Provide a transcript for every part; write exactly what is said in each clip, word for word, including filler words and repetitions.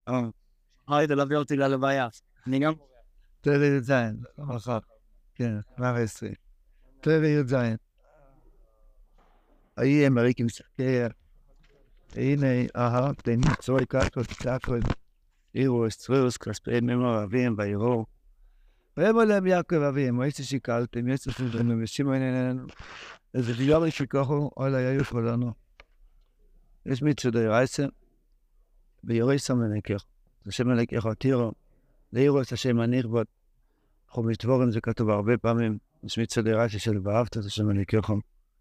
אה, היי, תלווה אותי ללוויה. אני גם... תראה י"ז, מחר. כן, מאה ועשרים. תראה י"ז. ahí en Marikim que הנה, אהה, תמצואי כתות, כתות, עירו אסטרוס, כספי ממור אביהם ויראו. ויאמר להם יעקב אביהם, מועצת שיקלתם, יצא פרדנו, ושמעון איננו. איזה דיור שכוחו, אוי היו כולנו. יש מצודי רייסה, ויורי סמנקך. השם מלקך עתירו, לעירו את השם הנכבוד. אנחנו מתבורים, זה כתוב הרבה פעמים, יש מצודי רייסה של ואהבת את השם מלקך.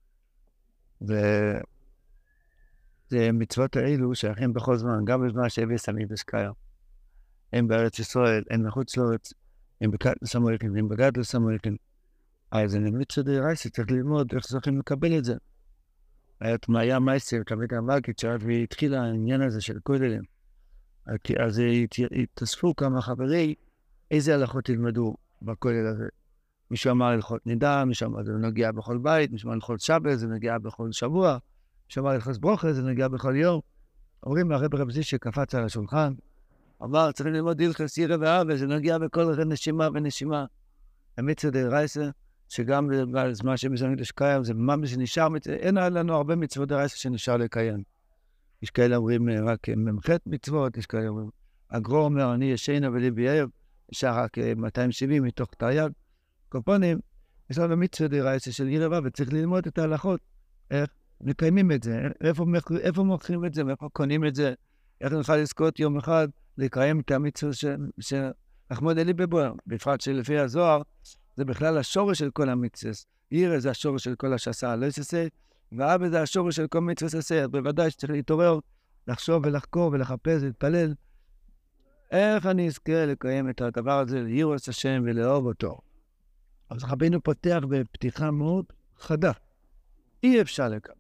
וזה מצוות האלו שייכים בכל זמן, גם בזמן שהביא סמי בסקאיה. הם בארץ ישראל, הם מחוץ לארץ, הם בקטן סמויקן, הם בגדל סמויקן. אז אני מצודי רייסה, צריך ללמוד איך צריכים לקבל את זה. היה מייסר, תמיד המאגית, שעד והתחילה העניין הזה של כוללים. אז התאספו כמה חברי, איזה הלכות תלמדו בכולל הזה. מישהו אמר הלכות נידה, מישהו אמר זה נגיע בכל בית, מישהו אמר הלכות שבת, זה נגיע בכל שבוע, מישהו אמר הלכות ברוכה, זה נגיע בכל יום. אומרים הרב רב זיש שקפץ על השולחן, אמר צריך ללמוד הלכות סירה ואהבה, זה נגיע בכל נשימה ונשימה. המצוות דרייסה, שגם בזמן שמזמנים לשקיים, זה ממש שנשאר, אין לנו הרבה מצוות דרייסה שנשאר לקיים. יש כאלה אומרים רק ממחת מצוות, יש כאלה אומרים, הגרור אומר, אני ישנה וליבי ערב, נשאר רק מאתיים ושבעים מתוך תרי"ג. קופונים, יש לנו מצוות דרייסה של עיר רבה, וצריך ללמוד את ההלכות, איך מקיימים את זה, איפה, איפה מוכרים את זה, ואיפה קונים את זה, איך נוכל לזכות יום אחד לקיים את המצוות שנחמוד אלי בבואר, בפרט שלפי הזוהר, זה בכלל השורש של כל המצוות. עיר זה השורש של כל השסה, לא יססה, ואבא זה השורש של כל מצוות עשה. בוודאי שצריך להתעורר, לחשוב ולחקור ולחפש ולהתפלל. איך אני אזכה לקיים את הדבר הזה, ליראת השם ולאהוב אותו? אז רבינו פותח בפתיחה מאוד חדה. אי אפשר לקבל.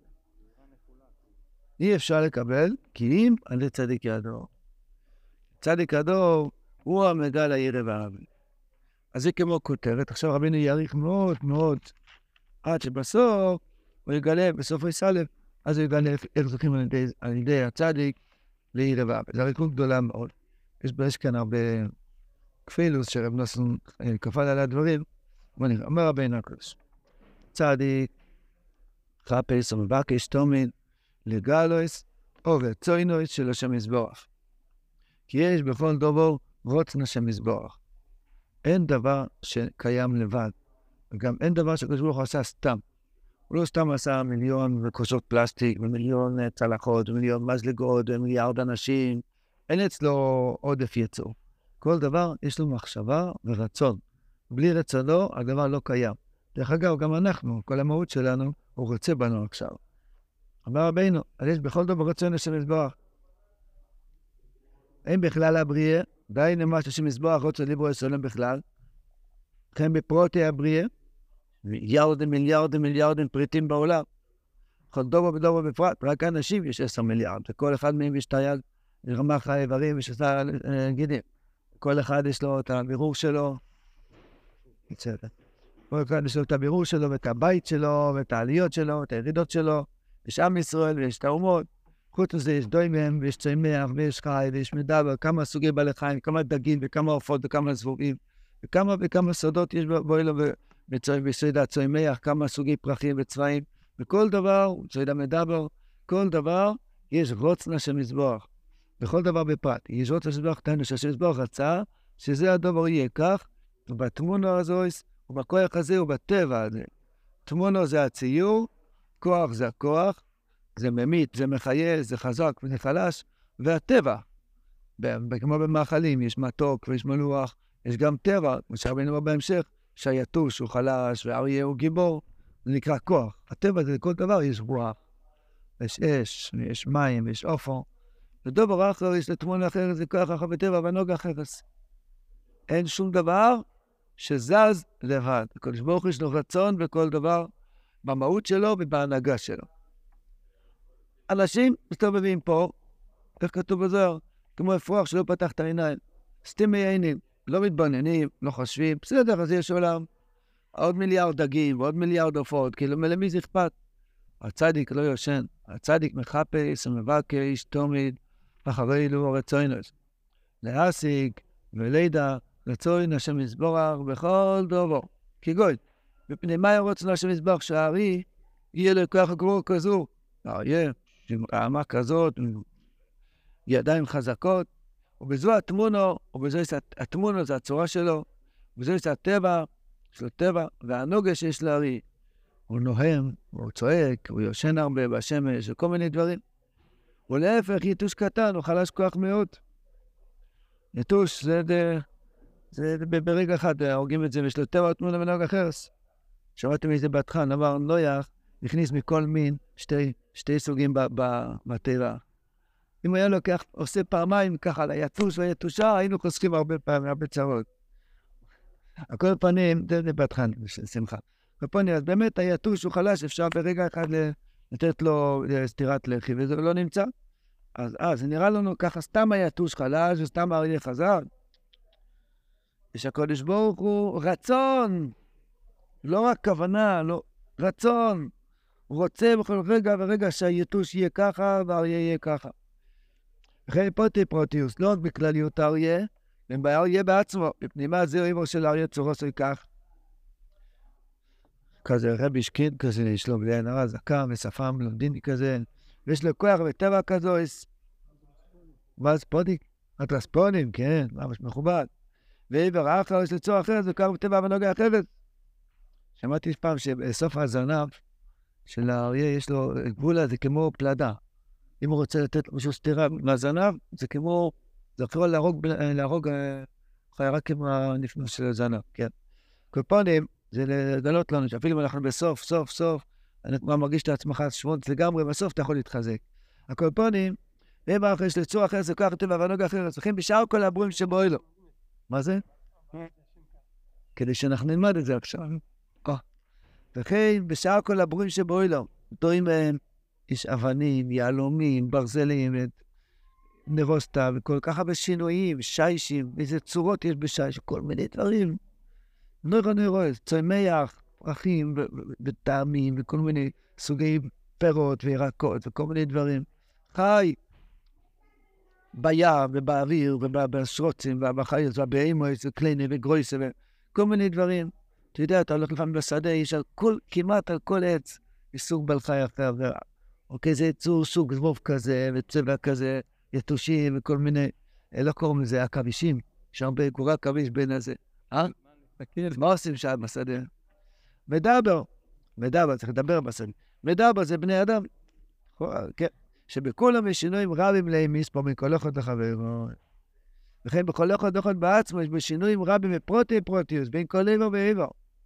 אי אפשר לקבל, כי אם על צדיק הדור. צדיק הדור הוא המגל העיר והאהבה. אז זה כמו כותרת. עכשיו רבינו יאריך מאוד מאוד, עד שבסוף הוא יגלה, בסוף יסלב, אז הוא יגלה איך זוכים על ידי, על ידי הצדיק לעיר והאהבה. זו אריכות גדולה מאוד. יש, יש כאן הרבה כפילוס שרב נוסון כפל על הדברים. בוא נראה, אומר רבינו הקדוש. צדיק, חפש ומבקש תמיד, לגלויס, או רצוינויס של השם יזברך. כי יש בכל דבר רוצן השם יזברך. אין דבר שקיים לבד, וגם אין דבר שקדוש ברוך הוא עשה סתם. הוא לא סתם עשה מיליון כוסות פלסטיק, ומיליון צלחות, ומיליון מזלגות, ומיליארד אנשים. אין אצלו עודף יצור. כל דבר יש לו מחשבה ורצון. בלי רצונו, הדבר לא קיים. דרך אגב, גם אנחנו, כל המהות שלנו, הוא רוצה בנו עכשיו. אמר רבינו, אז יש בכל דבר רצון השם יזברך. אין בכלל הבריאה, די נמה שהשם יזברך רוצה לברוא יסולם בכלל. לכן בפרוטי הבריאה, מיליארדים, מיליארדים, מיליארדים פריטים בעולם. כל דובר ודובר בפרט, רק אנשים יש עשר מיליארד, וכל אחד מהם יש תייג, רמ"ח האיברים ושסה גידים. כל אחד יש לו את הבירור שלו, כל אחד יש לו את הבירור שלו, ואת הבית שלו, ואת העליות שלו, ואת הירידות שלו. יש עם ישראל ויש את האומות. חוץ מזה יש דוימם ויש צמח ויש חי ויש מדבר, כמה סוגי בעלי חיים, כמה דגים וכמה עופות וכמה זבובים, וכמה וכמה סודות יש באלו בסוידה צמח, כמה סוגי פרחים וצבעים, וכל דבר, סוידה מדבר, כל דבר יש רוצנה של מזבוח. בכל דבר בפרט, יש רוצנה של מזבוח, תנו שהשם מזבוח רצה, שזה הדבר יהיה כך, ובתמונה הזו, ובכוח הזה ובטבע הזה. תמונה זה הציור, כוח זה הכוח, זה ממית, זה מחיה, זה חזק וזה חלש, והטבע, כמו במאכלים, יש מתוק ויש מלוח, יש גם טבע, כמו שרבינו אומר בהמשך, שהיתוש הוא חלש והאריה הוא גיבור, זה נקרא כוח. הטבע זה לכל דבר, יש רוח, יש אש, יש מים, יש אופו, ודבר אחר יש לתמונה אחרת, זה כוח אחר בטבע ונוגע אחרת. אין שום דבר שזז לבד. הקדוש ברוך הוא יש לו רצון בכל דבר, במהות שלו ובהנהגה שלו. אנשים מסתובבים פה, איך כתוב בזוהר, כמו אפרוח שלא פתח את העיניים, סתימי עינים, לא מתבוננים, לא חושבים, בסדר, אז יש עולם, עוד מיליארד דגים, ועוד מיליארד עופות, כאילו למי זה אכפת? הצדיק לא יושן, הצדיק מחפש ומבקש תמיד אחרי אלו הרצונות. להשיג ולידע רצון השם יזבורך בכל דובו. כגון, מפני מה רוצנו השם יזבורך שהארי יהיה לו כוח גרור כזו, האריה עם רעמה כזאת, עם ידיים חזקות, ובזו התמונו, ובזו התמונו זה הצורה שלו, ובזו זה הטבע, יש לו טבע, והנוגה שיש לארי, הוא נוהם, הוא צועק, הוא יושן הרבה בשמש, וכל מיני דברים. ולהפך, יתוש קטן, הוא חלש כוח מאוד. יתוש, זה, זה, זה, זה ברגע אחד, הורגים את זה, ויש לו טבע תמונה ונוגה חרס. שמעתם איזה בתחן, אמר נויח, הכניס מכל מין שתי, שתי סוגים בטבע. אם היה לוקח, עושה פעמיים ככה ליתוש והיתושה, היינו חוסכים הרבה פעמים, הרבה צרות. על כל פנים, זה בתחן, שמחה. על כל פנים, אז באמת היתוש הוא חלש, אפשר ברגע אחד לתת לו סתירת לחי, וזה לא נמצא. אז אה, זה נראה לנו ככה, סתם היתוש חלש, וסתם האריה חזק. יש הקודש ברוך הוא רצון, לא רק כוונה, לא, רצון. הוא רוצה בכל רגע ורגע שהיתוש יהיה ככה, והאריה יהיה ככה. וכן פרוטי פרוטיוס, לא רק בכלליות האריה, אם באריה בעצמו, בפנימה זהו אימו של האריה צורוסו כך. כזה רבי שקיד כזה, יש לו בלי הנרה זקה ושפם לומדיני כזה, ויש לו כוח וטבע כזו, מה ספודיק? הטרספונים, כן, ממש מכובד. ועבר אחר יש לצור אחרת, וכך בטבע ונוגע אחרת. שמעתי פעם שבסוף הזנב של האריה יש לו גבולה, זה כמו פלדה. אם הוא רוצה לתת משהו סתירה מהזנב, זה כמו, זה יכול להרוג, להרוג חיה רק עם הנפנוס של הזנב, כן. כל פעמים, זה לגלות לנו שאפילו אם אנחנו בסוף, סוף, סוף, אני כבר מרגיש את עצמך שבונת לגמרי, בסוף אתה יכול להתחזק. על כל פעמים, ואם אחרי יש לצור אחרת, זה כוח טבע ונוגע אחרת, צריכים בשאר כל הברואים שבואי לו. מה זה? כדי שאנחנו נלמד את זה עכשיו. וכן, בשאר כל הברואים שבואי לו, תורים בהם, יש אבנים, יעלומים, ברזלים, נרוסטה, וכל כך הרבה שינויים, שיישים, איזה צורות יש בשייש, כל מיני דברים. נוירו נוירוס, צומח, פרחים וטעמים, וכל מיני סוגי פירות וירקות, וכל מיני דברים. חי בים ובאוויר ובשרוצים ובחיות ובאימוס וקליני וגרויסה וכל מיני דברים. אתה יודע, אתה הולך לפעמים בשדה, יש על כל, כמעט על כל עץ, יש סוג בעל חי אחר, או כזה יצור סוג זבוב כזה וצבע כזה, יתושים וכל מיני, לא קוראים לזה עכבישים, יש הרבה גורה עכביש בין הזה. אה? מה עושים שם בשדה? מדבר, מדבר, צריך לדבר בשדה. מדבר זה בני אדם, כן, שבכולם יש שינויים רבים להמיס פה מכל אחד לחברו. וכן בכל אחד אחד בעצמו יש בשינויים רבים מפרוטי פרוטיוס, בין כל איבר ואיבר.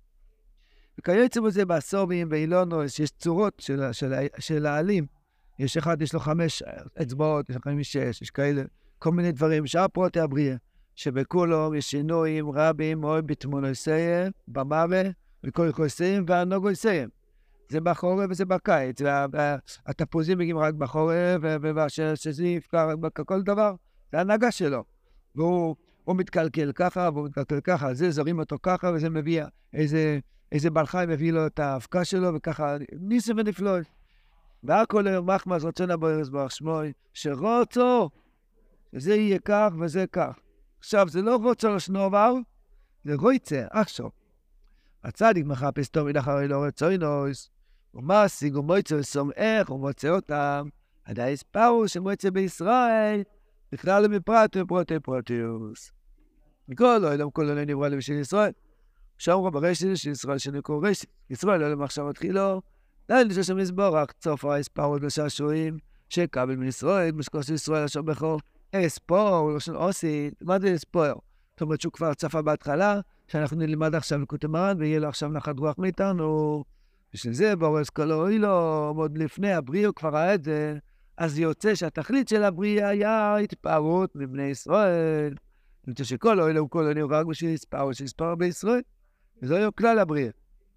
וכיוצא בזה בעשורים ואילונוס, יש צורות של, של, של העלים. יש אחד, יש לו חמש אצבעות, יש לכם שש, יש כאלה, כל מיני דברים, שעה פרוטי הבריאה, שבכולם יש שינויים רבים מאוד בתמונוסיהם, במוות, וכל כוסיהם והנוגוסיהם. זה בחורף וזה בקיץ, והתפוזים מגיעים רק בחורף, ושזה יפקע רק בכל דבר, זה הנהגה שלו. והוא מתקלקל ככה, והוא מתקלקל ככה, זה זרים אותו ככה, וזה מביא איזה, איזה בעל חי מביא לו את ההפקה שלו, וככה ניסים ונפלאות. והכל מחמס רצון הבוירס ברוך שמוי, שרוצו, שזה יהיה כך וזה כך. עכשיו, זה לא רוצו לשנובר, זה רויצה, עכשיו. הצדיק מחפש תמיד אחרי לא רצוינוס, ומשיג ומוצא וסומך ומוצא אותם, עדיין הספרו שמוצא בישראל, בכלל מפרט ופרוטי פרוטיוס. מכל העולם כל העולם נברא לבשל ישראל. שאומרו ברשת של ישראל שנקראו רשת. ישראל לא למחשב התחילו. די לשם שם לסבורך, צופה הספרו לשעשועים, שקבל מישראל, משקוס ישראל אשר בכור. אספור, לא של אוסי, מה זה אספור? זאת אומרת שהוא כבר צפה בהתחלה, שאנחנו נלמד עכשיו לקוטי מרן, ויהיה לו עכשיו נחת רוח מאיתנו. בשביל זה בורס כל אוי לו, עוד לפני הבריאה הוא כבר ראה את זה, אז יוצא שהתכלית של הבריאה היה התפארות מבני ישראל. יוצא שכל אוי לו הוא כל אוי לו רק בשביל הספארות של הספארות בישראל. וזה היה כלל הבריאה.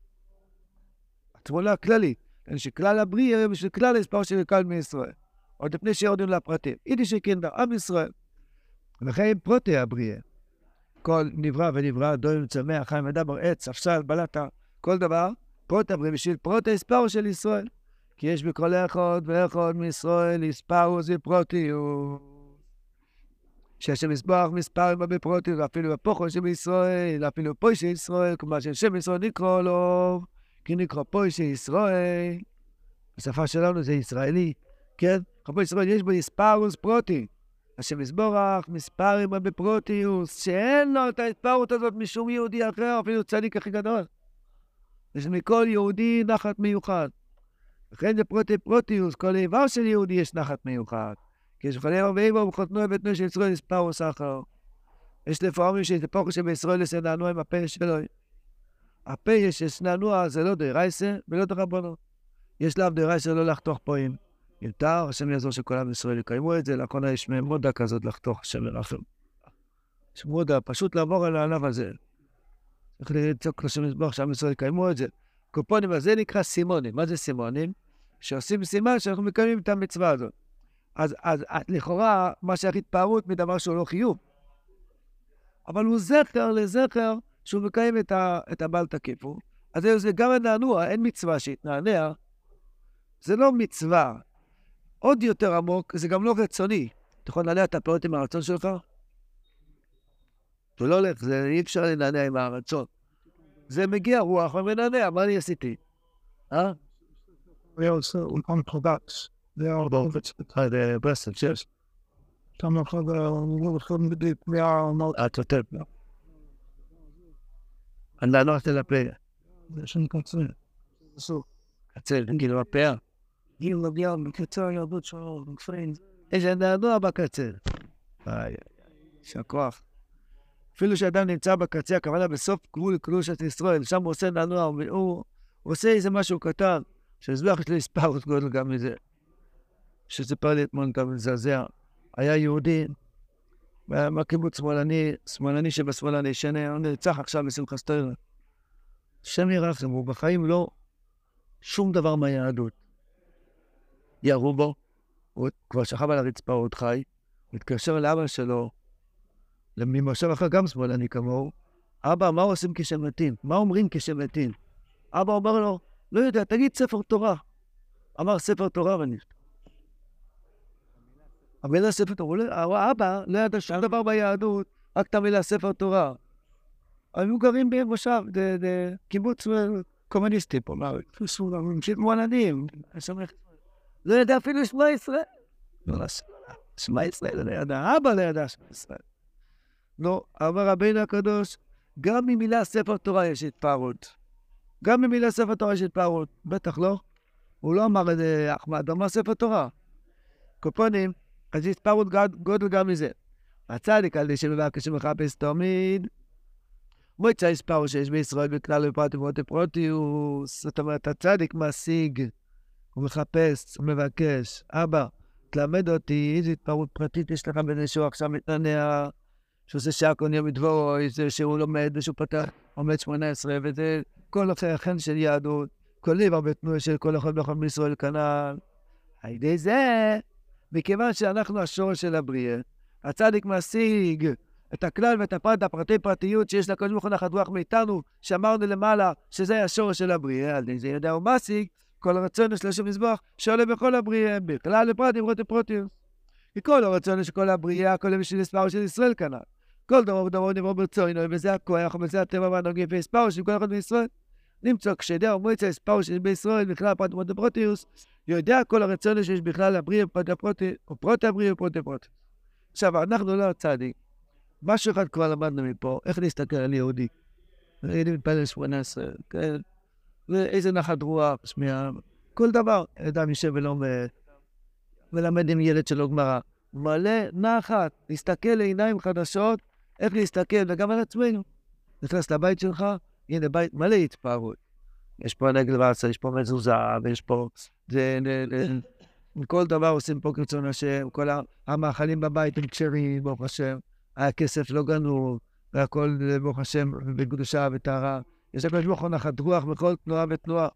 התמונה הכללית, שכלל הבריאה היה בשביל כלל הספארות של כלל מישראל. עוד לפני שיורדים לפרטים. אידי שקינדר, עם ישראל. ולכן פרוטי הבריאה. כל נברא ונברא, דוים, צמח, חיים, מדבר, עץ, ספסל, בלטה, כל דבר, פרוטי הבריאה בשביל פרוטי הספארות של ישראל. כי יש בכל אחד ואחד מישראל, הספארות זה פרוטי. שהשם יסבח מספר בפרוטי, ואפילו בפוחו של ישראל, אפילו פוי של ישראל, כמו שהשם ישראל נקרא לו, כי נקרא פוי של ישראל. בשפה שלנו זה ישראלי, כן? חפוי ישראל יש בו מספרוס פרוטי. השם יסברך מספרים בפרוטיוס, שאין לו את ההספרות הזאת משום יהודי אחר, אפילו צדיק הכי גדול. יש מכל יהודי נחת מיוחד. לכן זה פרוטי פרוטיוס, כל איבר של יהודי יש נחת מיוחד. כי יש חלב ואיבר ובחותנו ובתנו של ישראל מספרוס אחר. יש לפעמים שתפוחו שבישראל יסנענו עם הפה שלו. הפה יש יסנענו, זה לא דרייסה ולא דרבנו. יש לאו דרייסה לא לחתוך פועים. יותר, השם יעזור שכל עם ישראל יקיימו את זה, לאחרונה יש מודה כזאת לחתוך, השם ירחם. יש מודה, פשוט לעבור על הענף הזה. צריך לצעוק לשם יסבח שעם ישראל יקיימו את זה. קופונים הזה נקרא סימונים. מה זה סימונים? שעושים סימן שאנחנו מקיימים את המצווה הזאת. אז, אז לכאורה, מה שהכי התפארות מדבר שהוא לא חיוב. אבל הוא זכר לזכר שהוא מקיים את, ה, את הבעל תקיפו. אז זה גם הנענוע, אין מצווה שהתנענע. זה לא מצווה. עוד יותר עמוק, זה גם לא רצוני. אתה יכול לנענע את הפעולות עם הרצון שלך? זה לא הולך, זה אי אפשר לנענע עם הרצון. זה מגיע רוח ומנענע, מה אני עשיתי? אה? We also on products. They are both the best of cheers. some of the from the we are not את יותר. אני לענות אל הפה. the same concern. So קצר, כאילו הפה. you will be able to tell your good friends. יש נענוע בקצר. איי, שכוח. אפילו שאדם נמצא בקצה, הכוונה בסוף גבול קדושת ישראל, שם הוא עושה נענוע, הוא, הוא עושה איזה משהו קטן, שהזבח יש לי הספרות גודל גם מזה. שסיפר לי אתמול גם מזעזע. היה יהודי, מהקיבוץ שמאלני, שמאלני שבשמאלני, שנרצח עכשיו בשמחה סטרנה. שם ירחם, הוא בחיים לא שום דבר מהיהדות. ירו בו, הוא כבר שכב על הרצפה, הוא עוד חי, מתקשר לאבא שלו, ממושב אחר גם שמאלני כמוהו, אבא, מה עושים כשמתים? מה אומרים כשמתים? אבא אומר לו, לא יודע, תגיד ספר תורה. אמר ספר תורה ואני... המילה ספר תורה, אבא לא ידע שום דבר ביהדות, רק את המילה ספר תורה. היו גרים במושב, זה קיבוץ קומוניסטי פה, מה? שמאלנים. לא ידע אפילו שמע ישראל. שמע ישראל לא ידע, אבא לא ידע שמע ישראל. לא, אמר רבינו הקדוש, גם ממילה ספר תורה יש התפארות. גם ממילה ספר תורה יש התפארות. בטח לא. הוא לא אמר את זה, אחמד, אמר ספר תורה. קופונים, אז יש התפארות גודל גם מזה. הצדיק על די שמבקש שמחפש תמיד. מועצה הספארות שיש בישראל בכלל בפרטי פרוטי פרוטיוס. זאת אומרת, הצדיק משיג, הוא מחפש, הוא מבקש. אבא, תלמד אותי, איזו התפארות פרטית יש לך בזה שהוא עכשיו מתנענע, שעושה שעקון יום מדברו, איזה שהוא לומד ושהוא פתח עומד שמונה עשרה, וזה כל החן של יהדות, כל ליבר בתנועה של כל אחד בכל מישראל כנען. על ידי זה, מכיוון שאנחנו השורש של הבריאה, הצדיק משיג את הכלל ואת הפרט, הפרטי פרטיות שיש לקדוש ברוך הוא נחת רוח מאיתנו, שאמרנו למעלה שזה השורש של הבריאה, על ידי זה יודע הוא משיג, כל הרצון של השם יזבח שעולה בכל הבריאה, בכלל לפרטים פרוטי פרוטיוס. כי כל הרצון של כל הבריאה, כל בשביל הספר של ישראל כנען. כל דבר ודבר נברא ברצונו, וזה הכוח, וזה הטבע והנוגעים והספר של כל אחד בישראל. נמצא כשידע ומועצה הספר של בישראל, בכלל פרט פרוטי פרוטיוס, יודע כל הרצון שיש בכלל הבריאה, פרוטי פרוטי, או פרוטי הבריאה, פרוטי פרוטי. עכשיו, אנחנו לא צדיק. משהו אחד כבר למדנו מפה, איך להסתכל על יהודי. אני מתפלל שמונה עשרה, כן? ואיזה נחת רוח, שמיעה, כל דבר. אדם יושב ולומד, ולמד עם ילד שלו גמרא. מלא נחת, להסתכל לעיניים חדשות, איך להסתכל, וגם על עצמנו. נכנס לבית שלך, הנה בית מלא התפארות. יש פה נגל ועצה, יש פה מזוזה, ויש פה... זה... כל דבר עושים פה כרצון השם, כל המאכלים בבית הם כשרים, ברוך השם. הכסף לא גנוב, והכל ברוך השם, בקדושה וטהרה. יש לקדוש ברוך הוא נחת רוח בכל תנועה ותנועה.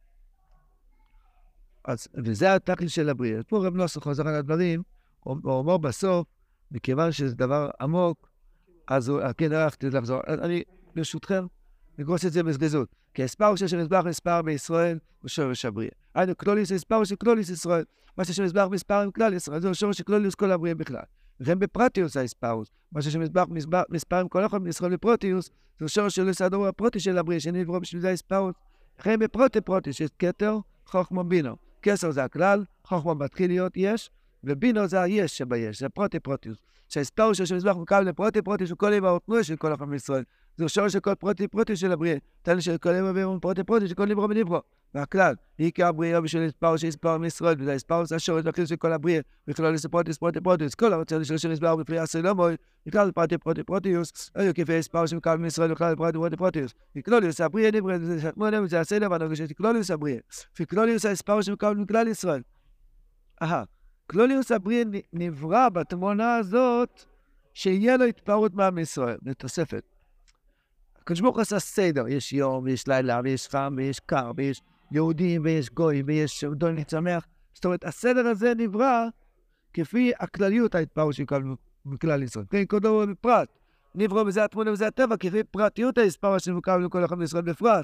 אז, וזה התכלית של הבריאה. פה רב נוסח חוזר על הדברים, הוא אומר בסוף, מכיוון שזה דבר עמוק, אז הוא, כן, הלכתי לחזור. אני, ברשותכם, נגרוס את זה בזריזות. כי הספר שמזבח מספר בישראל הוא שורש הבריאה. היינו, כלוליס הספר של כלוליס ישראל. מה שמזבח מספר עם כלל ישראל, זה שורש של כלוליס כל הבריאה בכלל. וכן בפרטיוס ההספרוס. מה שמסבר מספר עם כל אחד מסחול בפרוטיוס, זה שורש של הסדר הפרוטי של הבריא, שנברוא בשביל זה ההספרוס. וכן בפרוטי פרוטי, שיש כתר, חוכמה בינו. כסר זה הכלל, חוכמה מתחיל להיות יש, ובינו זה היש שביש, זה פרוטי פרוטיוס. שההספרוס של שמסבר מקבל לפרוטי פרוטי של כל איבר ותנועה של כל אחד מישראל. זה שורש של כל פרוטי פרוטי של הבריא. תן של כל איבר פרוטי פרוטי של כל נברוא ונברוא. והכלל, עיקר הבריאה בשביל הספר שהספר מישראל, וזה הספר זה השורש והכלל של כל הבריאה, וכלל לספרוטיס פרוטי פרוטיוס, כל הרצון של שמסבר בפריאה סלומוי, וכלל לפרוטי פרוטי פרוטיוס, היו כפי הספר שמקבל מישראל וכלל לפרוטי פרוטי פרוטיוס. וכלוליוס הבריאה נברא, זה שתמונה, זה הסדר והנוגע של כלוליוס הבריאה. וכלוליוס הספר שמקבל מכלל ישראל. אהה, כלוליוס הבריאה נברא בתמונה הזאת, שיהיה לו התפרעות מעם ישראל, לתוספת. הקדוש ברוך הוא עשה סדר, יש יום, ויש לילה, ויש חם, ויש קר, ויש יהודים, ויש גויים, ויש דון נצמח. זאת אומרת, הסדר הזה נברא כפי הכלליות ההתפרעות שקבלנו מכלל ישראל. כן, כל דבר בפרט. נברא בזה התמונה וזה הטבע, כפי פרטיות ההתפרעות שמקבלנו כל אחד מישראל בפרט.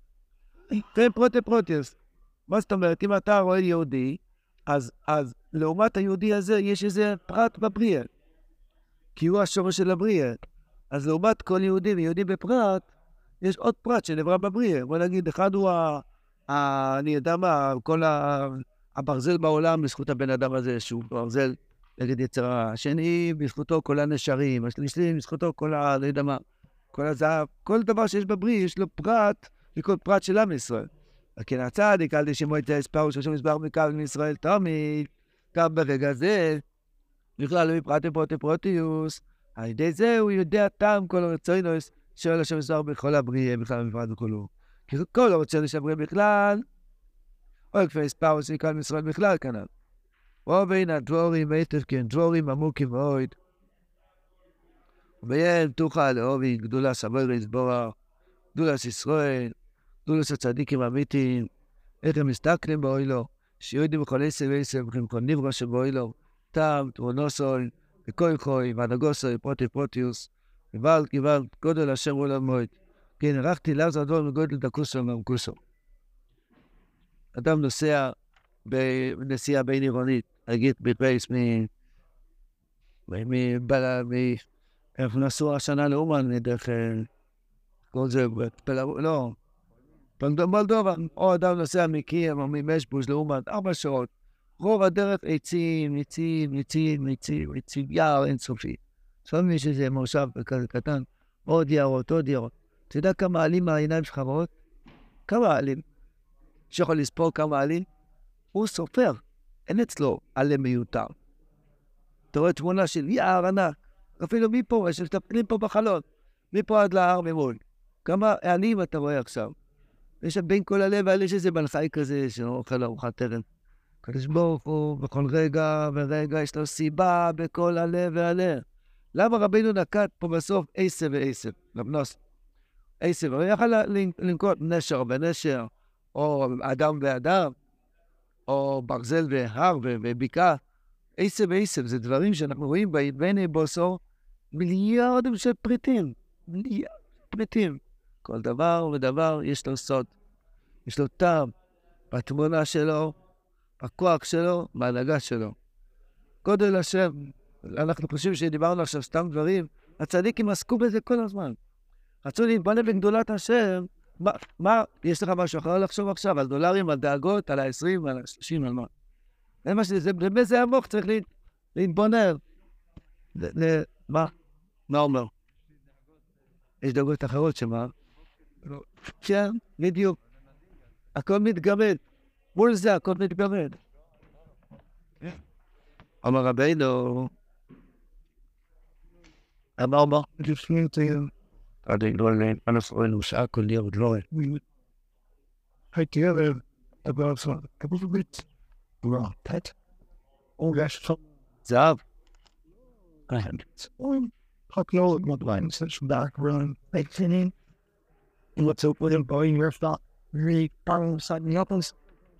כן, פרוטי פרוטיוס. מה זאת אומרת? אם אתה רואה יהודי, אז, אז לעומת היהודי הזה יש איזה פרט בבריאה. כי הוא השורש של הבריאה. אז לעומת כל יהודי ויהודי בפרט, יש עוד פרט שנברא בבריאה. בוא נגיד, אחד הוא, ה, ה, אני יודע מה, כל ה, הברזל בעולם בזכות הבן אדם הזה, שהוא ברזל נגד יצר הרע. השני, בזכותו כל הנשרים. השלישי, בזכותו כל ה... לא יודע מה, כל הזהב. כל דבר שיש בבריאה, יש לו פרט, וכל פרט של עם ישראל. וכן הצדיק, אל תשמעו את ההספר, ששום מסבר מקבל מישראל תמיד, גם ברגע זה, בכלל לא מפרט פרוטי פרוטיוס, על ידי זה הוא יודע טעם כל הרצוינוס, שואל השם מסבר בכל הבריאה, בכלל מפרט וכולו. כי כל הרצוינוס של הבריאה בכלל, או כפי הספר שמקבל מישראל בכלל כנ"ל. ובין הדבורים, היטב כן, דבורים עמוקים מאוד. ובין תוכל לאובי, גדולה סברי סבורה, גדולה ישראל, גדולוס הצדיקים האמיתיים, איך הם מסתכלים באוילו, שיודעים בכל עשר ועשר, וכן כל נברא שבאוילו, טעם, תמונוסוי, וכוי חוי, והנגוסוי, פרוטי פרוטיוס, גבל גבל, גודל השם עולם מועד. כן, ערכתי לאו זה הדבר מגודל דקוסו ומקוסו. אדם נוסע בנסיעה בין עירונית, אגיד בפייס מ... מבלה, מ... אנחנו נסעו השנה לאומן, דרך... כל זה, לא... במולדובה, או אדם נוסע מקייב או ממשבוש לאומן, ארבע שעות. רוב הדרך עצים, עצים, עצים, עצים, עצים, יער אינסופי. שומעים יש איזה מושב כזה קטן, עוד יערות, עוד יערות. אתה יודע כמה עלים מהעיניים שלך רואות? כמה עלים? שיכול לספור כמה עלים? הוא סופר, אין אצלו עלים מיותר. אתה רואה תמונה של יער ענק, אפילו מפה, יש לטפלים פה בחלון, מפה עד להר ממול. כמה עלים אתה רואה עכשיו? יש בין כל הלב, אבל יש איזה בלחי כזה שאוכל ארוחת ערב. קדוש ברוך הוא, בכל רגע ורגע יש לו סיבה בכל הלב והלב. למה רבינו נקט פה בסוף עשב ועשב? לבנוס. עשב, הוא יכול לנקוט נשר ונשר, או אדם ואדם, או ברזל והר ובקעה. עשב ועשב, זה דברים שאנחנו רואים בעיני בוסו, מיליארדים של פריטים. מיליארד פריטים. כל דבר ודבר יש לו סוד, יש לו טעם, בתמונה שלו, בכוח שלו, בהנהגה שלו. גודל השם, אנחנו חושבים שדיברנו עכשיו סתם דברים, הצדיקים עסקו בזה כל הזמן. רצו להתבונן בגדולת השם, מה, מה, יש לך משהו אחר לחשוב עכשיו, על דולרים, על דאגות, על ה-עשרים, על ה-שלושים, על מה? זה מה שזה, באמת זה המוח, צריך לה, להתבונן. ל, מה? מה אומר? יש דאגות אחרות שמה? כן, בדיוק. הכל מתגמד. מול זה הכל מתגמד. אמר רבינו, אמר מה? לפני את זה, עדי לא עליהם, אנחנו ראינו שעה כל דיר ודלורי. הייתי ערב, דבר עצמם, כבוד בית, רע, תת, או יש שם, זהב. רק לא מדברים, זה שבדק רן, בקצינים, אם רצו פודם בואים רפתה, ופרם סדניופוס,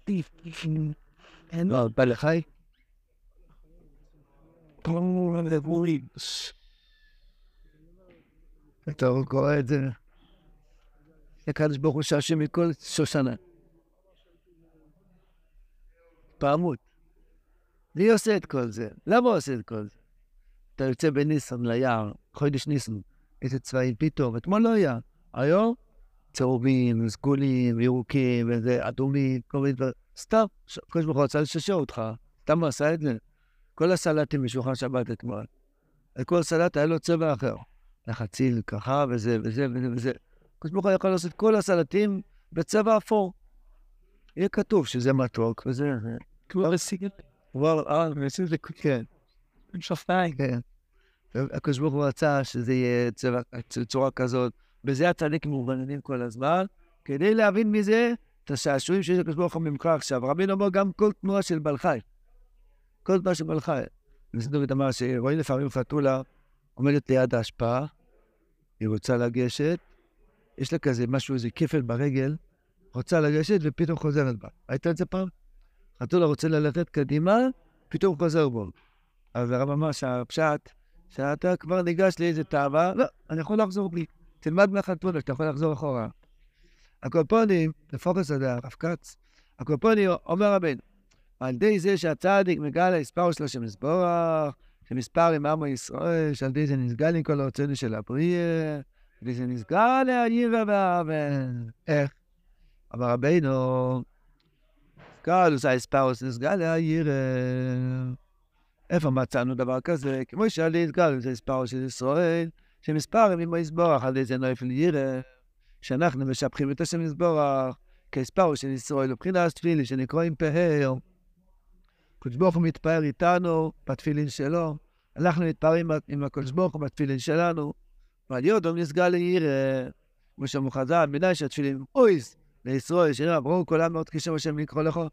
אין לא, בא לחי? פרם רבורים. אתה קורא את זה. הקדוש ברוך הוא שהשם מכל שושנה. פעמות. מי עושה את כל זה? למה עושה את כל זה? אתה יוצא בניסן ליער, חודש ניסן, איזה צבעים פתאום, אתמול לא היה. היום, צהובים, סגולים, ירוקים, וזה אדומים, כל מיני דברים. סתם, כל שבוע רצה לששר אותך, סתם הוא עשה את זה. כל הסלטים בשולחן שבת אתמול. כל סלט היה לו צבע אחר. לחציל, ככה, וזה, וזה, וזה, וזה. כל שבוע יכול לעשות כל הסלטים בצבע אפור. יהיה כתוב שזה מתוק, וזה... כבר הסיגל. כבר, אה, ועושים זה, כן. שפיים. כן. הקדוש ברוך הוא רצה שזה יהיה צבע, צורה כזאת. בזה הצדיקים מובננים כל הזמן, כדי להבין מזה את השעשועים שיש לקדוש ברוך הוא ממך עכשיו. רבין אומר גם כל תנועה של בעל חי. כל תנועה של בעל חי. וסדורית אמר שרואים לפעמים חתולה עומדת ליד ההשפעה, היא רוצה לגשת, יש לה כזה משהו, איזה כפל ברגל, רוצה לגשת ופתאום חוזרת בה. היית את זה פעם? חתולה רוצה ללכת קדימה, פתאום חוזר בו. אז הרב אמר שהפשט, שאתה כבר ניגש לאיזה תאווה, לא, אני יכול לחזור בלי. תלמד מהחתולה, שאתה יכול לחזור אחורה. הקופונים, לפוקוס הזה, הרב כץ, הקופונים אומר רבנו, על ידי זה שהצדיק מגלה הספר שלו שמסבורך, שמספר עם עמו ישראל, שעל ידי זה נסגל עם כל הרצונו של הבריאה, על ידי זה נסגל להעירה והאבן. איך? אמר רבנו, סגל עושה הספר, נסגל להעירה. איפה מצאנו דבר כזה? כמו שעל ידי סגל עושה הספר של ישראל, שמספר עם עמו יסבורך, על ידי זה נויפל יירה. שאנחנו משפחים את השם יסבורך, כהספר של ישראל, ובחינת תפילה שנקראים פאר. הקדוש ברוך הוא מתפאר איתנו בתפילין שלו, אנחנו מתפארים עם הקדוש ברוך הוא בתפילין שלנו, ועל יודום נסגל לעירה, כמו שאמרו חז"ל, מדי שהתפילין אויז לישראל, שנראה ברור כולם מאוד כשם השם לקרוא לכו,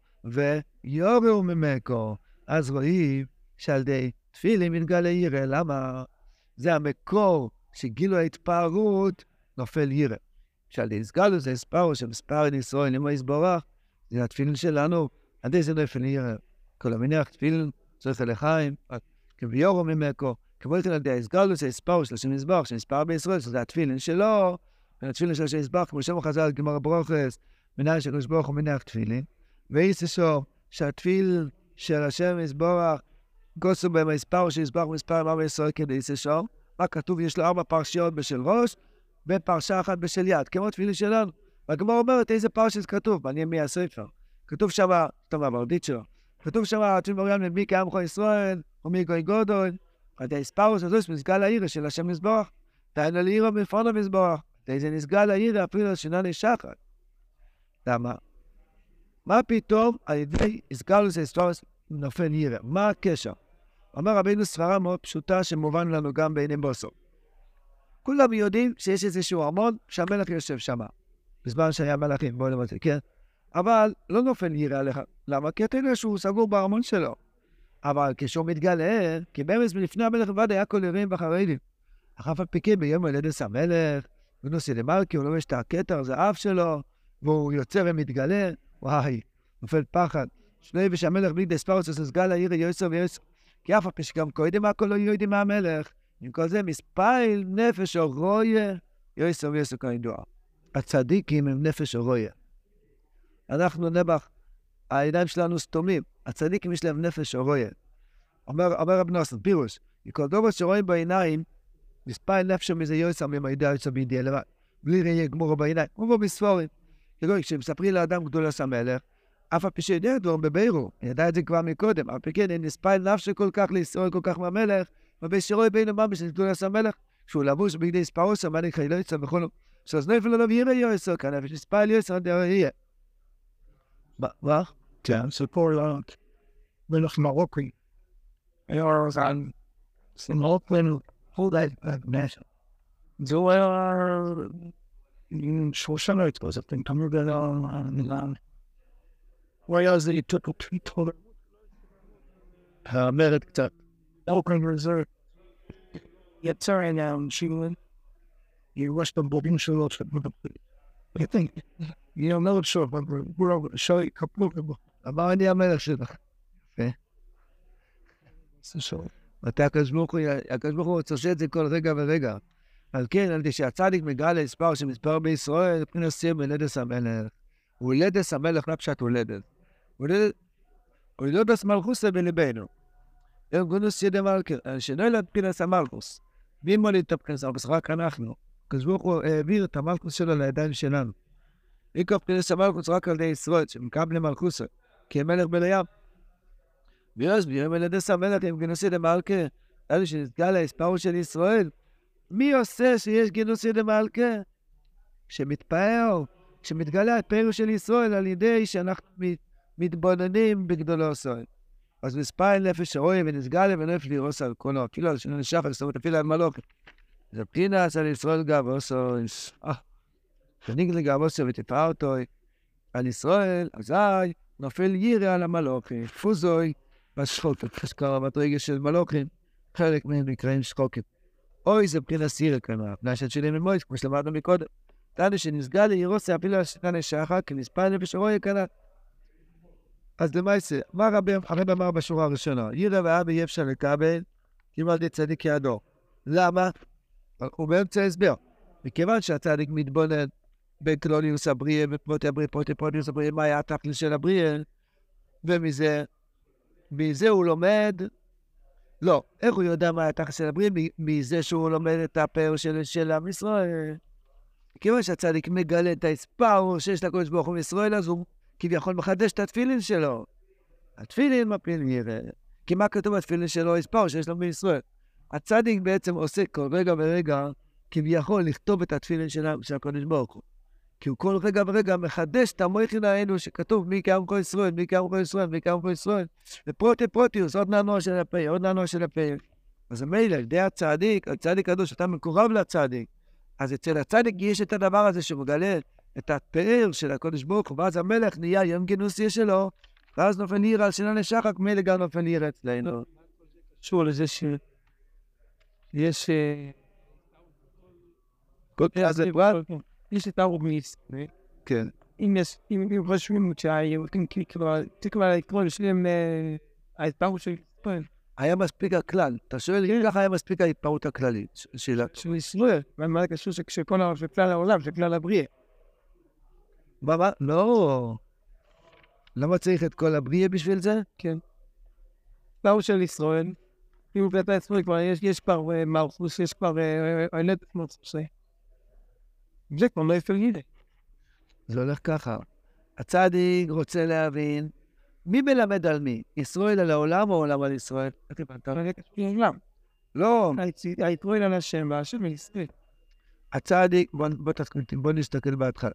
ויורו ממקו. אז רואים שעל די תפילין מתגל לעירה, למה? זה המקור שגילו ההתפארות נופל עירה. שעל די סגלו זה הספרו שמספר עם ישראל, למה יסבורך, זה התפילין שלנו, עד איזה נופל עירה. כל המניח תפילין, צריך לחיים, כביורו ממקו, כמו יותר על די הסגלו זה הספרו של השם יסבורך, שמספר בישראל, שזה התפילין שלו, והתפילין של השם יסבורך, כמו שם חז"ל, גמר הברוכס, מנהל של הקדוש ברוך הוא מניח תפילין, ואיסשו שהתפיל של השם יסבורך, גוסו בהם הספרו של יסבורך מספר עם ישראל כדי איסשו, מה כתוב? יש לו ארבע פרשיות בשל ראש, ופרשה אחת בשל יד, כמו תפילין שלנו. והגמרא אומרת איזה פרשה כתוב, מעניין מי הספר. כתוב שם, טוב, הברדית שלו, כתוב שם, תפיל מוריין ממי כעמך ישראל, ומי גוי גודל, עד הספרוס הזו מסגל העירה של השם יסבורך, דהיינו לעירה מפרנו יסבורך, זה נסגל העירה אפילו שינה נשחת. למה? מה פתאום על ידי הסגלוס הספרוס נופל עירה? מה הקשר? אומר רבינו סברה מאוד פשוטה שמובן לנו גם בעיני בוסו. כולם יודעים שיש איזשהו ארמון שהמלך יושב שם. בזמן שהיה מלאכים, בואו נאמר את זה, כן? אבל לא נופל יראה לך. למה? כי אתה יודע שהוא סגור בארמון שלו. אבל כשהוא מתגלה, כי באמץ מלפני המלך לבד היה כל יראים וחרדים. אף על פי כן ביום הולדת המלך, הוא נוסע למלכי, הוא לובש את הכתר, זה האף שלו, והוא יוצא ומתגלה, וואי, נופל פחד. שלא יבש המלך בלי דספרוס, אז סגל העיר יוסר ויוסר. כי אף על פי שגם קודם הכל לא יודעים מהמלך. עם כל זה מספייל נפש או רויה, יוסר ויוסר כידוע. הצדיקים הם נפש או רויה. אנחנו נבח, העיניים שלנו סתומים, הצדיקים יש להם נפש או רויה. אומר, אומר רב נוסן, פירוש, כל דבר שרואים בעיניים, מספייל נפשו מזה יוסר ממעידי יוסר בידיע לבד. בלי ראייה גמורה בעיניים, כמו בו בספורים. כגוי, כשמספרים לאדם גדולת המלך, אף על פי שיודע דבור בבירו, ידע את זה כבר מקודם, אף פי כן, נספייל נפשו כל כך לישראל כל כך מהמלך, ובשירוי בינו ממש לגדולת המלך, שהוא לבוש בגדי ספרוס, המלך חילו יצא בכל... שאז נפל עליו ירא יוסר, כאן נפש נספייל יוסר עד ירא. מה? כן, סיפור לענות. מלך מרוקי. היה רזן. סמלות לנו, הולדת בנשא. זו היה... שלושה לא התפוזפים, תמר גדול, הוא היה איזה איתות ופתאום. המרד קצת. אוקרן רזר. יצר עיניים שילן. ירש בבובים שלו. I think, you know, no sure, but we're over to show you a couple of אמר אני המלך שלך. יפה. so. מתי הקדוש ברוך הוא, הקדוש ברוך הוא עושה את זה כל רגע ורגע. על כן, על זה שהצדיק מגלה להספר שמספר בישראל, מבחינת סיים הולדת המלך. הולדת המלך, לא פשט הולדת. הולדת מלכוסה בליבנו. ארגונוס ידי מלכה, שנוי לפינס המלכוס. מי מוליד את הפינס המלכוס? רק אנחנו. הקדוש ברוך הוא העביר את המלכוס שלו לידיים שלנו. עיקר פינס המלכוס רק על ידי ישראל, שמקבלים מלכוסה, כי הם מלך בליים. ואז ביום אלדס המלך עם גנוסי דמלכה, אלו שנסגל ההספרות של ישראל. מי עושה שיש גנוסי דמלכה? שמתפאר, שמתגלה הפאר של ישראל על ידי שאנחנו מתבוננים בגדולו ישראל. אז מספר נפש הרואה ונסגל ונפש לירוס על קונו, כאילו על שנו נשף, על סתות אפילו על מלוכה. זה פינס על ישראל גבוסו, אה, שניגל גבוסו ותפאר אותו על ישראל, אזי נופל ירא על המלוכה, פוזוי, בשחוקת, חשקרה בתרגש של מלוכים, חלק מהם נקראים שחוקת. אוי, זה פינס ירא כנראה, נשת שלי ממויס, כמו שלמדנו מקודם. תענו שנסגל לירוסה אפילו על שנה נשחה, כי מספר נפש הרואה כנראה. אז למעשה, מה רבי הרב אמר בשורה הראשונה? ירא ואבא אי אפשר לקבל, כמעט צדיק ידו. למה? הוא באמצע הסבר. מכיוון שהצדיק מתבונן בקלוניוס הבריאה, בפרוטי הבריאה, פרוטי פרוטיוס הבריאה, מה היה התכלס של הבריאה, ומזה, מזה הוא לומד, לא, איך הוא יודע מה היה התכלס של הבריאה? מזה שהוא לומד את הפאר של, של עם ישראל. כיוון שהצדיק מגלה את ההספר שיש לקודש ברוך הוא מישראל, אז הוא כביכול מחדש את התפילין שלו. התפילין מפיל ירא. כי מה כתוב בתפילין שלו? הספר שיש לו מישראל. הצדיק בעצם עושה כל רגע ורגע כביכול לכתוב את התפילין של, של הקודש ברוך הוא. כי הוא כל רגע ורגע מחדש את המויכין האלו שכתוב מי קיים כל ישראל, מי קיים כל ישראל, מי קיים כל ישראל. ופרוטי פרוטיוס, עוד נענוע של הפה, עוד נענוע של הפה. אז המילא, על ידי הצדיק, הצדיק הקדוש, אתה מקורב לצדיק. אז אצל הצדיק יש את הדבר הזה שמגלה את הפאר של הקודש ברוך הוא, ואז המלך נהיה יום גנוסי שלו, ואז נופל ירא על שנה נשחק, מילא גם נופל ירא אצלנו. קשור לזה ש... יש... אז זה פרט? יש את הרובניס. כן. אם יש... אם חושבים שהיהודים תקווה לקרוא לשלם ההתפרעות של ישראל. היה מספיק הכלל. אתה שואל לי, ככה היה מספיק ההתפרעות הכללית שלה. של ישראל. ומה קשור שכל כלל העולם, שכלל הבריאה. מה, מה? לא. למה צריך את כל הבריאה בשביל זה? כן. ההתפרעות של ישראל. אם הוא פלטה עצמו כבר, יש כבר מלכוס, יש כבר הילדת מלכוס. זה כבר לא יפל ירא. זה הולך ככה. הצדיק רוצה להבין, מי מלמד על מי? ישראל על העולם או העולם על ישראל? אתה רגע של העולם. לא. היתרואל על השם והשם על ישראל. הצדיק, בוא תסכים, בוא נסתכל בהתחלה.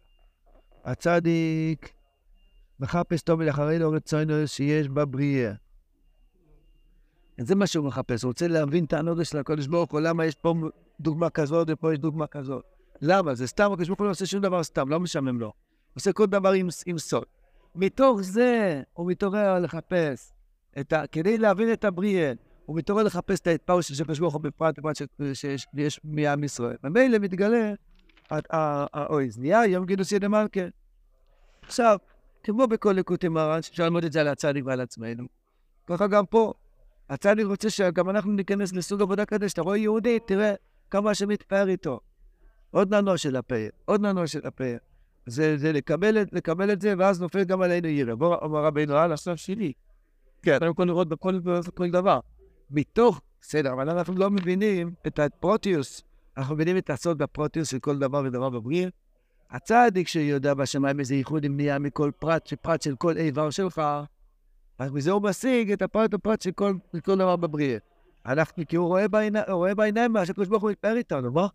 הצדיק מחפש טוב לאחרי לא רצונו שיש בבריאה. זה מה שהוא מחפש, הוא רוצה להבין את הנוגע של הקודש ברוך הוא, למה יש פה דוגמה כזאת ופה יש דוגמה כזאת. למה? זה סתם, הקודש ברוך הוא לא עושה שום דבר סתם, לא משמם לו. הוא עושה כל דבר עם, עם סוד. מתוך זה הוא מתעורר לחפש, את ה... כדי להבין את הבריאה, הוא מתעורר לחפש את ההתפרעות של הקודש ברוך הוא בפרט, בפרט שיש מעם ישראל. ומילא מתגלה, האויז נהיה יום גנוסי דמלכה. עכשיו, כמו בכל ליקוטי מרן, אפשר ללמוד את זה על הצדיק ועל עצמנו. ככה גם פה. הצדיק רוצה שגם אנחנו ניכנס לסוג עבודה כזה, שאתה רואה יהודי, תראה כמה שמתפאר איתו. עוד נענוע של הפאר, עוד נענוע של הפאר. זה, זה לקבל, לקבל את זה, ואז נופל גם עלינו ירא. בוא, אומר רבינו, על הסוף שלי. כן. אתה יכול לראות בכל, בכל דבר. מתוך, בסדר, אבל אנחנו לא מבינים את הפרוטיוס. אנחנו מבינים את הסוד בפרוטיוס של כל דבר ודבר בבריא. הצדיק שיודע בשמיים איזה ייחוד עם נהיה מכל פרט, פרט של כל איבר שלך, אז מזה הוא משיג את הפרט הפרט של כל, כל דבר בבריאה. אנחנו, כי הוא רואה בעיניים, הוא רואה בעיניים מה שקדוש ברוך הוא מתפאר איתנו, מה?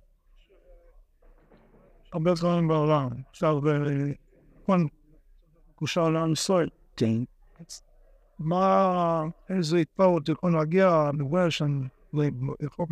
הרבה דברים בעולם, עכשיו, כל קושר לעם ישראל. כן. מה, איזה התפרעות יכול להגיע, נראה שאני, יכול...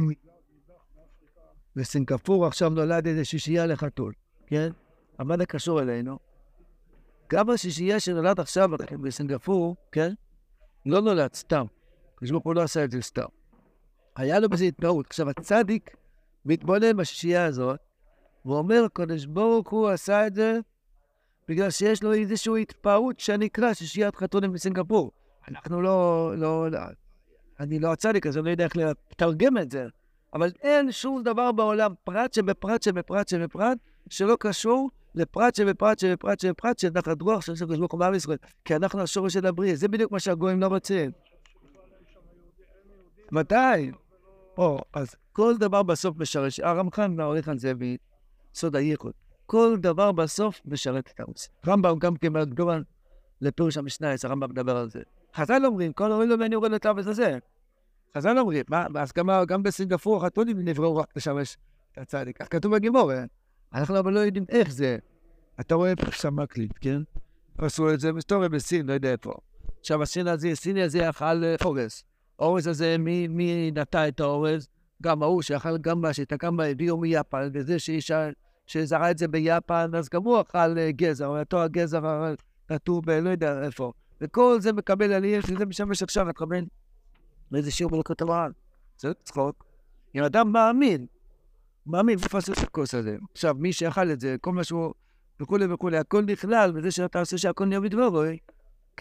בסינגפור עכשיו נולד איזה שישייה לחתול, כן? אבל זה קשור אלינו. גם השישייה שנולד עכשיו בסינגפור, כן? לא נולד סתם. קדוש ברוך הוא לא עשה את זה סתם. היה לו בזה התפרעות. עכשיו הצדיק מתבונן בשישייה הזאת, והוא אומר, קדוש ברוך הוא עשה את זה בגלל שיש לו איזושהי התפרעות שנקרא שישיית חתולים בסינגפור. אנחנו לא, לא, לא, אני לא הצדיק, אז אני לא יודע איך לתרגם את זה. אבל אין שום דבר בעולם, פרט שבפרט שבפרט שבפרט, שלא קשור לפרט שבפרט שבפרט שבפרט, שנחת רוח של קדוש ברוך הוא מעם ישראל. כי אנחנו השורש של הבריאה, זה בדיוק מה שהגויים לא רוצים. מתי? או, אז כל דבר בסוף משרת, הרמח"ן והעורך על זה בסוד הייחוד, כל דבר בסוף משרת את העושה. רמב"ם גם כמעט גדול לפירוש המשנה, אז הרמב"ם מדבר על זה. חז"ל אומרים, כל הורים לו ואני יורד לתאווה הזה. חז"ל אומרים, מה, אז גם, גם בסינגפור החתולים נבראו רק לשמש את הצדיק. כך כתוב בגימור, אנחנו אבל לא יודעים איך זה. אתה רואה פה שם מקליט, כן? עשו את זה מסתובב בסין, לא יודע איפה. עכשיו הסין הזה, סיני הזה אכל אורז. אורז הזה, מי, מי נטע את האורז? גם ההוא שאכל גם מה שתקם הביאו מיפן, וזה שאישה שזרע את זה ביפן, אז גם הוא אכל גזר, או אותו הגזר נטעו ב... לא יודע איפה. וכל זה מקבל עלייה, שזה משמש עכשיו לקבל לאיזה שיר מלכות המעל. זה צחוק. אם אדם מאמין, מאמין, מפסס את הכוס הזה. עכשיו, מי שאכל את זה, כל משהו, וכולי וכולי, הכל נכלל, וזה שאתה עושה שהכל נהיה בדבורוי, כי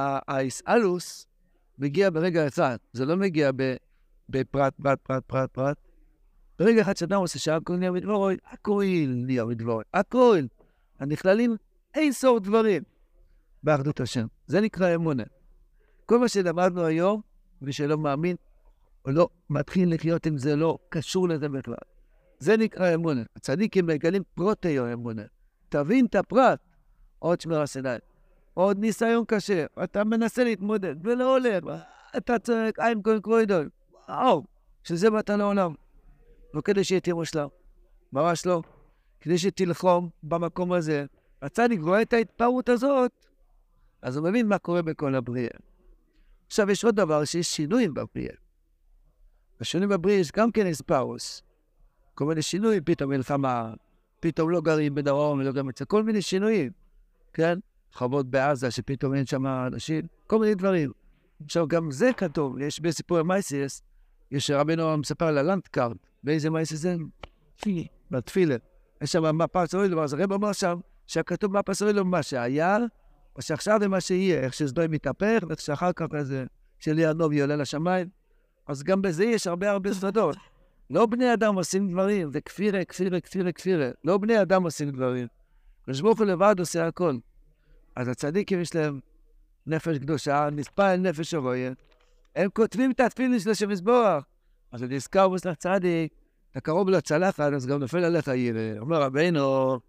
האיסאלוס מגיע ברגע אחד, זה לא מגיע בפרט, פרט, פרט, פרט, פרט. ברגע אחד שאדם עושה שהכל נהיה בדבורוי, הכל נהיה בדבורוי, הכל. הנכללים אין סור דברים באחדות השם. זה נקרא אמונה. כל מה שלמדנו היום, ושלא מאמין, או לא מתחיל לחיות אם זה לא קשור לזה בכלל. זה נקרא אמונה. הצדיקים מגלים פרוטאו אמונה. תבין את הפרט, עוד שמר הסיני. עוד ניסיון קשה, אתה מנסה להתמודד, ולא הולך, אתה צועק, אין כל קרוידון, וואו, שזה באת לעולם. לא כדי שיהיה תהיה מושלם, ממש לא. כדי שתלחום במקום הזה, הצדיק רואה את ההתפרעות הזאת, אז הוא מבין מה קורה בכל הבריאה. עכשיו יש עוד דבר, שיש שינויים בבריאה. השינויים בבריאה יש גם כן אספרוס. כל מיני שינויים, פתאום מלחמה, פתאום לא גרים בדרום, ולא גם אצל כל מיני שינויים, כן? חוות בעזה שפתאום אין שם אנשים, כל מיני דברים. עכשיו גם זה כתוב, יש בסיפור המייסיס, יש רבינו מספר על הלנדקארט, באיזה מייסיס זה? תפילה. בתפילה. יש שם מפה סוילום, אז הרב אומר שם, שכתוב מפה סוילום מה שהיה, או שעכשיו זה מה שיהיה, איך שסדוי מתהפך, ואיך שאחר כך זה, שליאנובי עולה לשמיים. אז גם בזה יש הרבה הרבה סודות. לא בני אדם עושים דברים, זה כפירה, כפירה, כפירה, כפירה. לא בני אדם עושים דברים. ברוך הוא לבד עושה הכל. אז הצדיקים יש להם נפש קדושה, נספה אל נפש הרויה. הם כותבים את התפילה של השם יזברך. אז אני נזכר בסך צדיק, אתה קרוב לצלחת, אז גם נופל עליך יראה. אומר רבינו,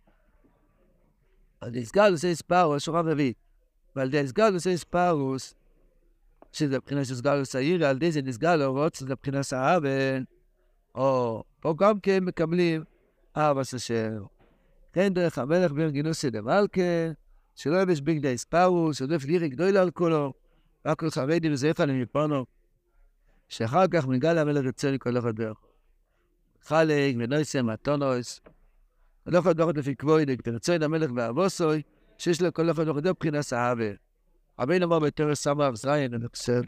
אז נזכר לזה ספרוס, שורה רביעית. ועל די נסגר לזה ספרוס, שזה מבחינה שנסגר לזה יראה, על די זה נסגר להורות, שזה מבחינה סעבה. או, פה גם כן מקבלים אהבס אשר. כן דרך המלך בן גינוסי דמלכה, שלא יבש בגדי ספרוס, עודף לירי גדולה על כולו, רק כל חרדי וזה איפה אני מפרנו, שאחר כך מגל המלך יוצא לי כל אחד דרך. חלק ונויסם מתונויס, כל אחד דוחות לפי כבוידק, תרצוי למלך ואבוסוי, שיש לו כל אחד דוחות דרך בחינה סעבה. רבין אמר בתרס סמר זריין, אני חושב.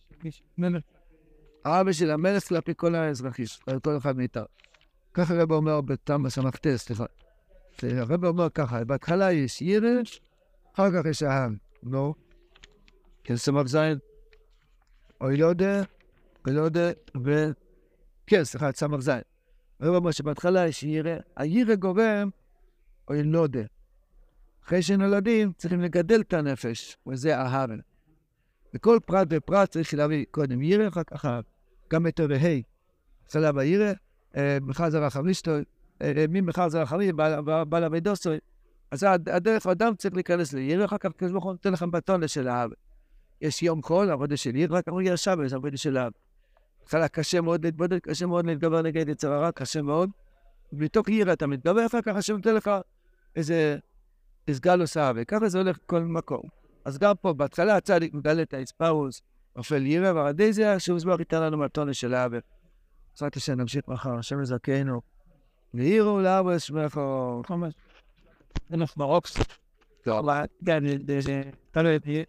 האבא של המלך כלפי כל האזרחים, כל אחד מאיתה. ככה הרב אומר בתם בסמכתס, סליחה. הרב אומר ככה, בהתחלה יש ירא, אחר כך יש העם, לא? כן, סמך זין, אוי לא יודע, ולא יודע, ו... כן, סליחה, סמך זין. הרב אומר שבהתחלה יש ירא, הירא גורם, אוי לא יודע. אחרי שנולדים צריכים לגדל את הנפש, וזה אהרן. וכל פרט ופרט צריך להביא קודם ירא, אחר כך אהב. גם את הרהי, צלב הירא, מחר זרח אריסטוי, מי מחר זרח אריסטוי, בעל אבידוסוי. אז הדרך האדם צריך להיכנס לירא, אחר כך כזבוך נותן לכם בטונה של האב. יש יום חול, עבודה של ירא, רק אמרו ירשע בזה, עבודה של האב. התחלה קשה מאוד להתבודד, קשה מאוד להתגבר נגד יצר הרע, קשה מאוד. ובתוך ירא אתה מתגבר, אחר כך השם נותן לך איזה סגלוס האב, וככה זה הולך כל מקום. אז גם פה, בהתחלה הצדיק מגלה את האספרוס, נופל ירא, ועדי זה שהוזבח ייתן לנו מהטונה של האב. בעזרת השם נמשיך מחר, השם יזכנו. ויראו לאבא שמך, חמש. זה נפמרוקס. לא, כן, זה תלוי